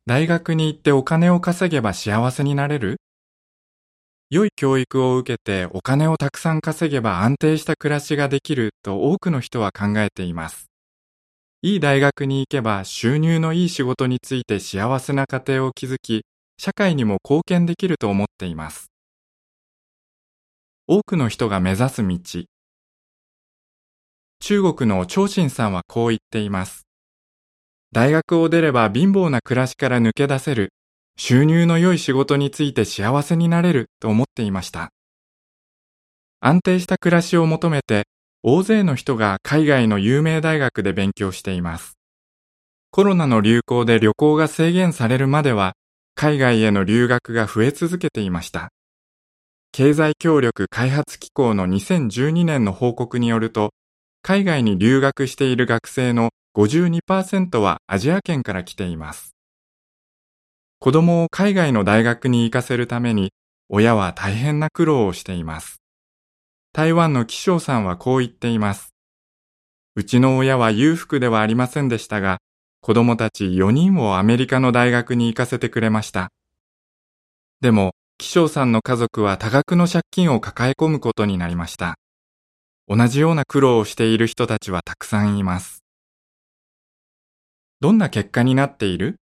大学に行ってお金を稼げば幸せになれる？良い教育を受けてお金をたくさん稼げば安定した暮らしができると多くの人は考えています。いい大学に行けば収入のいい仕事について幸せな家庭を築き、社会にも貢献できると思っています。多くの人が目指す道。中国の長信さんはこう言っています。大学を出れば貧乏な暮らしから抜け出せる、収入の良い仕事について幸せになれると思っていました。安定した暮らしを求めて、大勢の人が海外の有名大学で勉強しています。コロナの流行で旅行が制限されるまでは、海外への留学が増え続けていました。経済協力開発機構の2012年の報告によると、海外に留学している学生の 52% はアジア圏から来ています。子供を海外の大学に行かせるために、親は大変な苦労をしています。台湾の紀章さんはこう言っています。うちの親は裕福ではありませんでしたが、子供たち4人をアメリカの大学に行かせてくれました。でも、紀章さんの家族は多額の借金を抱え込むことになりました。同じような苦労をしている人たちはたくさんいます。どんな結果になっている？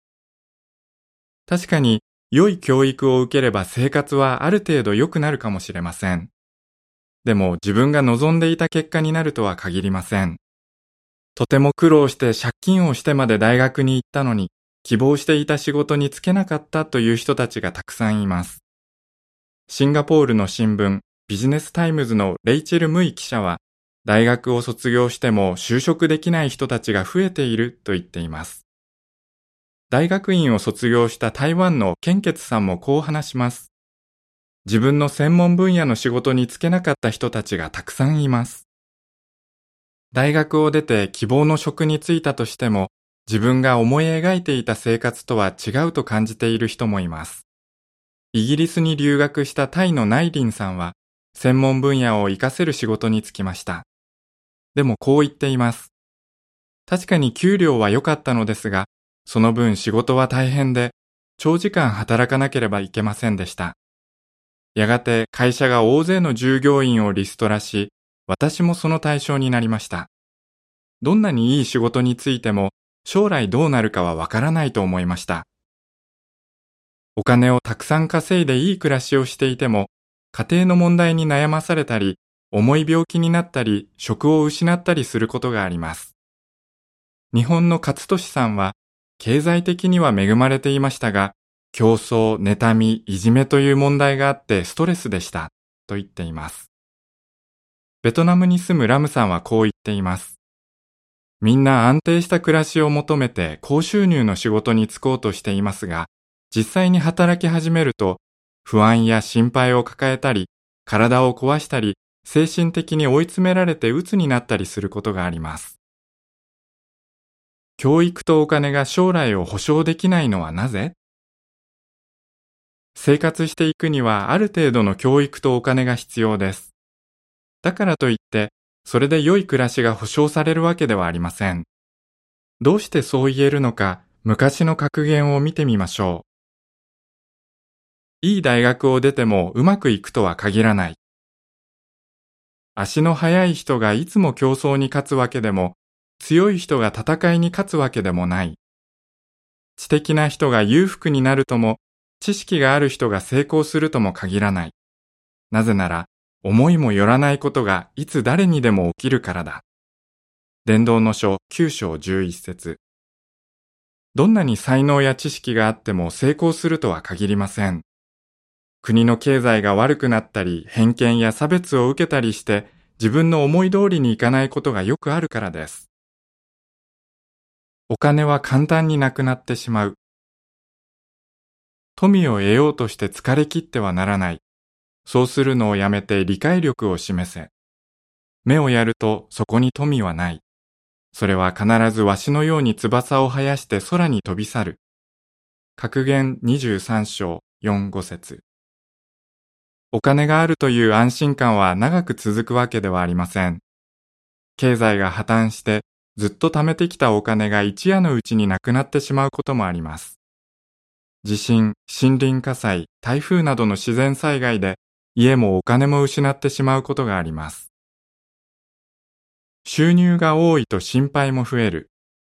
確かに、良い教育を受ければ生活はある程度良くなるかもしれません。でも自分が望んでいた結果になるとは限りません。とても苦労して借金をしてまで大学に行ったのに、希望していた仕事に就けなかったという人たちがたくさんいます。シンガポールの新聞、ビジネスタイムズのレイチェル・ムイ記者は、大学を卒業しても就職できない人たちが増えていると言っています。大学院を卒業した台湾のケンケツさんもこう話します。自分の専門分野の仕事に就けなかった人たちがたくさんいます。大学を出て希望の職に就いたとしても、自分が思い描いていた生活とは違うと感じている人もいます。イギリスに留学したタイのナイリンさんは、専門分野を活かせる仕事に就きました。でもこう言っています。確かに給料は良かったのですが、その分仕事は大変で、長時間働かなければいけませんでした。やがて会社が大勢の従業員をリストラし、私もその対象になりました。どんなにいい仕事に就いても、将来どうなるかはわからないと思いました。お金をたくさん稼いでいい暮らしをしていても、家庭の問題に悩まされたり、重い病気になったり、職を失ったりすることがあります。日本の勝利さんは、経済的には恵まれていましたが、競争、妬み、いじめという問題があってストレスでした、と言っています。ベトナムに住むラムさんはこう言っています。みんな安定した暮らしを求めて高収入の仕事に就こうとしていますが、実際に働き始めると、不安や心配を抱えたり、体を壊したり、精神的に追い詰められて鬱になったりすることがあります。教育とお金が将来を保証できないのはなぜ？生活していくにはある程度の教育とお金が必要です。だからといって、それで良い暮らしが保証されるわけではありません。どうしてそう言えるのか、昔の格言を見てみましょう。いい大学を出てもうまくいくとは限らない。足の速い人がいつも競争に勝つわけでも、強い人が戦いに勝つわけでもない。知的な人が裕福になるとも、知識がある人が成功するとも限らない。なぜなら、思いもよらないことがいつ誰にでも起きるからだ。伝道の書9章11節。どんなに才能や知識があっても成功するとは限りません。国の経済が悪くなったり、偏見や差別を受けたりして、自分の思い通りにいかないことがよくあるからです。お金は簡単になくなってしまう。富を得ようとして疲れ切ってはならない。そうするのをやめて理解力を示せ。目をやるとそこに富はない。それは必ずわしのように翼を生やして空に飛び去る。格言23章4、5節。お金があるという安心感は長く続くわけではありません。経済が破綻してずっと貯めてきたお金が一夜のうちになくなってしまうこともあります。 地震、森林火災、台風などの自然災害で家もお金も失ってしまうことがあります。収入が多いと心配も増える。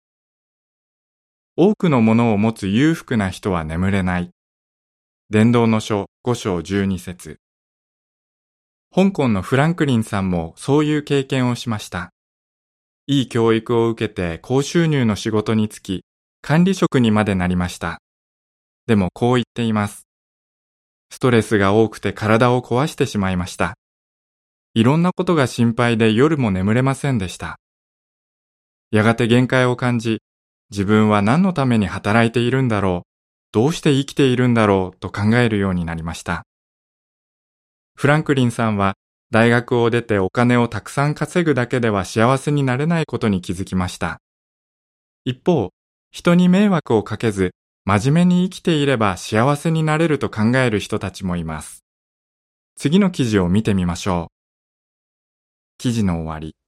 多くのものを持つ裕福な人は眠れない。伝道の書5章12節。香港のフランクリンさんもそういう経験をしました。いい教育を受けて高収入の仕事に就き、管理職にまでなりました。でもこう言っています。ストレスが多くて体を壊してしまいました。いろんなことが心配で夜も眠れませんでした。やがて限界を感じ、自分は何のために働いているんだろう、どうして生きているんだろうと考えるようになりました。フランクリンさんは大学を出てお金をたくさん稼ぐだけでは幸せになれないことに気づきました。一方、人に迷惑をかけず、真面目に生きていれば幸せになれると考える人たちもいます。次の記事を見てみましょう。記事の終わり。